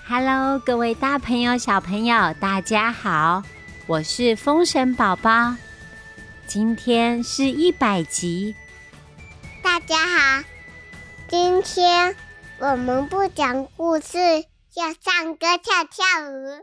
Hello， 各位大朋友、小朋友，大家好，我是风神宝宝，今天是100集。 大家好，今天我们不讲故事，要唱歌跳舞。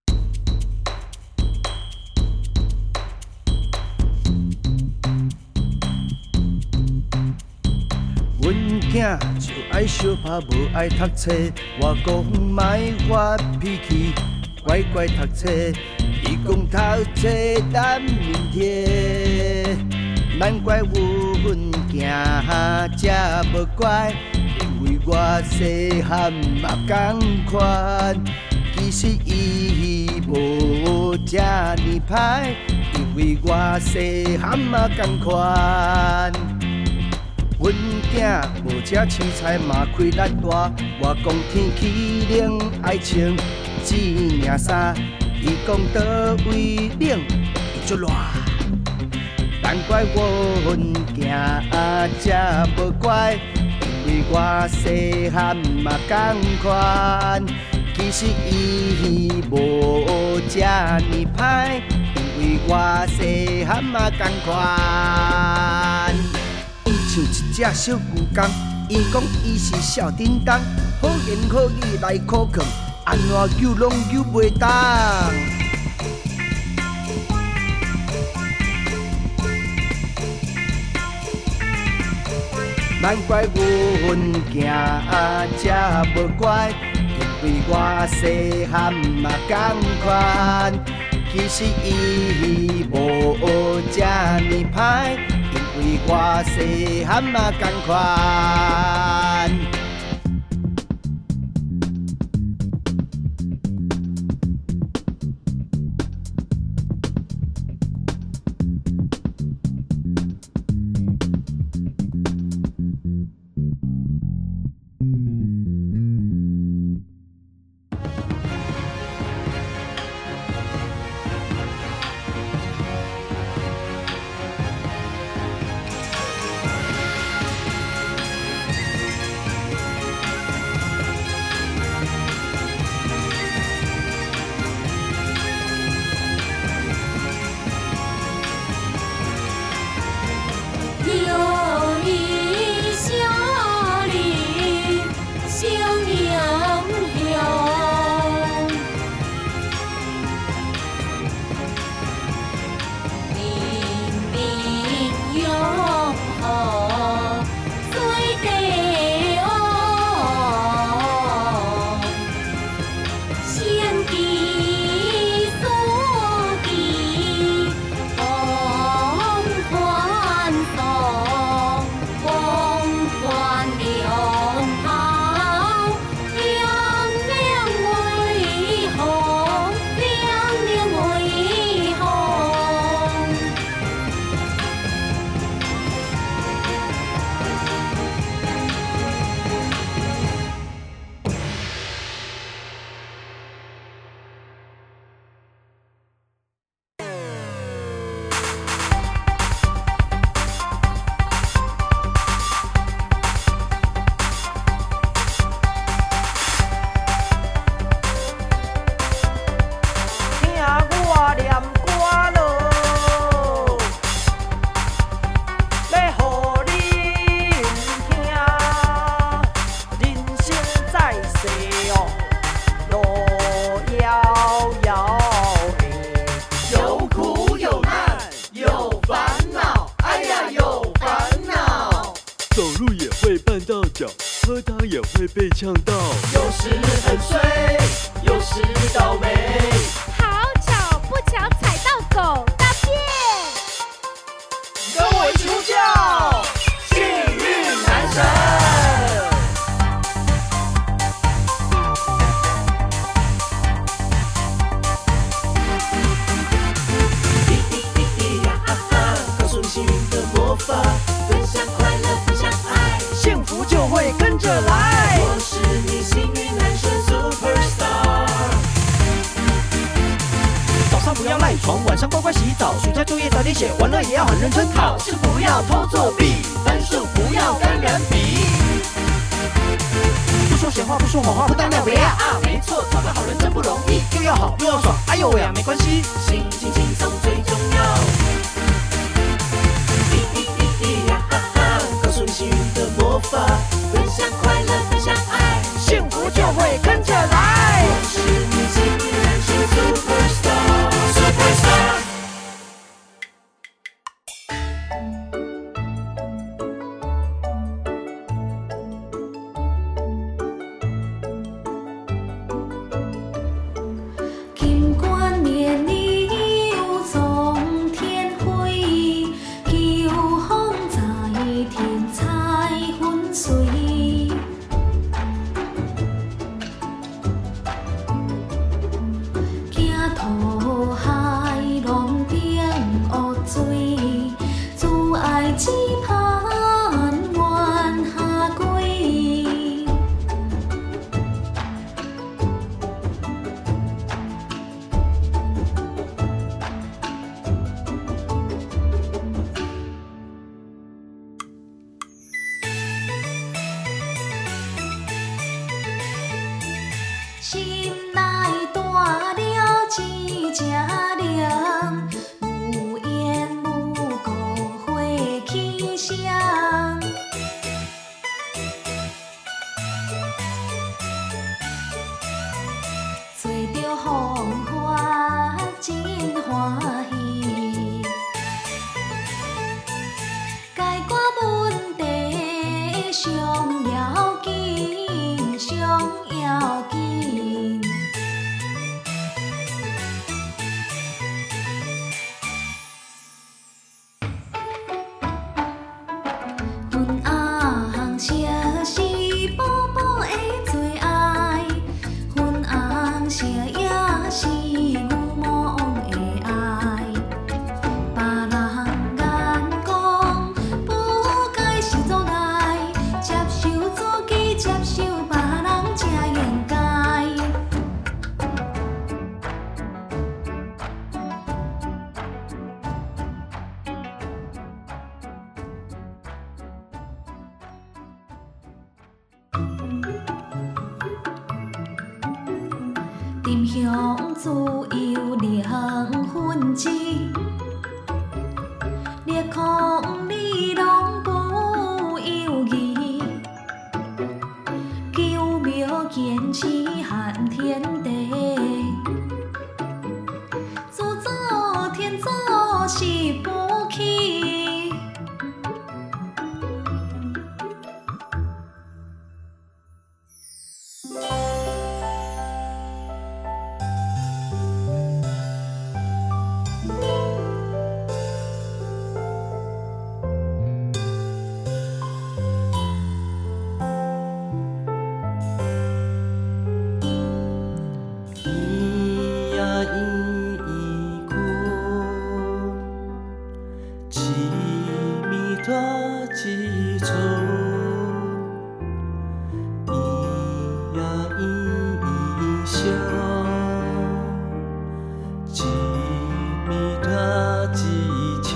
阮囝就爱相拍，无爱读册。我讲莫发脾气，乖乖读册。伊讲读册等明天，难怪阮囝这无乖，因为我细汉嘛同款。其实伊无这呢歹，因为我细汉嘛同款。阮囝无食青菜嘛开力大，我讲天气冷爱穿一领衫，伊讲倒位冷伊就热。难怪阮囝这无乖，因为我细汉嘛同款。其实伊无这呢歹，因为我细汉嘛同款。像一只小牛公，伊讲伊是小叮当，好言好语来考劝，安怎救拢救袂当。难怪阮囝这无乖，因为我细汉嘛同款。其实伊无这呢歹。因为我细汉嘛同款。 喝汤也会被呛到， 有时很衰，有时倒霉。 好巧不巧踩到狗大便， 跟我一起呼叫幸运男神。滴滴滴滴呀哈哈，告诉你幸运的魔法，分享快乐，分享爱，幸福就会跟着来。我是你幸运男神 Superstar。早上不要赖床，晚上乖乖洗澡，暑假作业早点写，完了也要很认真考试，不要偷作弊，分数不要跟人比。 说闲话，不说谎话，不当尿别啊！ 没错，做个好人真不容易， 又要好又要爽，哎呦喂啊，没关系， 心情轻松最重要。告诉你幸运的魔法，分享快乐，分享爱， 幸福就会跟着来。 我是你幸运人生 Superstar。 金冠冕礼有从天飞，秋风在天彩纷碎。行渡海浪顶黑水，自爱只盼愿下归。心内大了一只灵，无缘无故花起声。做着风花真欢喜，解决问题上要紧，上要紧。阮阿航写是宝宝的最爱，阮阿航写也是牛魔王的爱。别人眼光不该是阻碍，接受自己，接受别人才应该。沉香自由2分之，烈空你拢不犹豫，求妙坚持撼天地，自作天作是不起。 咿呀咿咿哭，一米大一寸。咿呀咿咿笑，一米大一笑。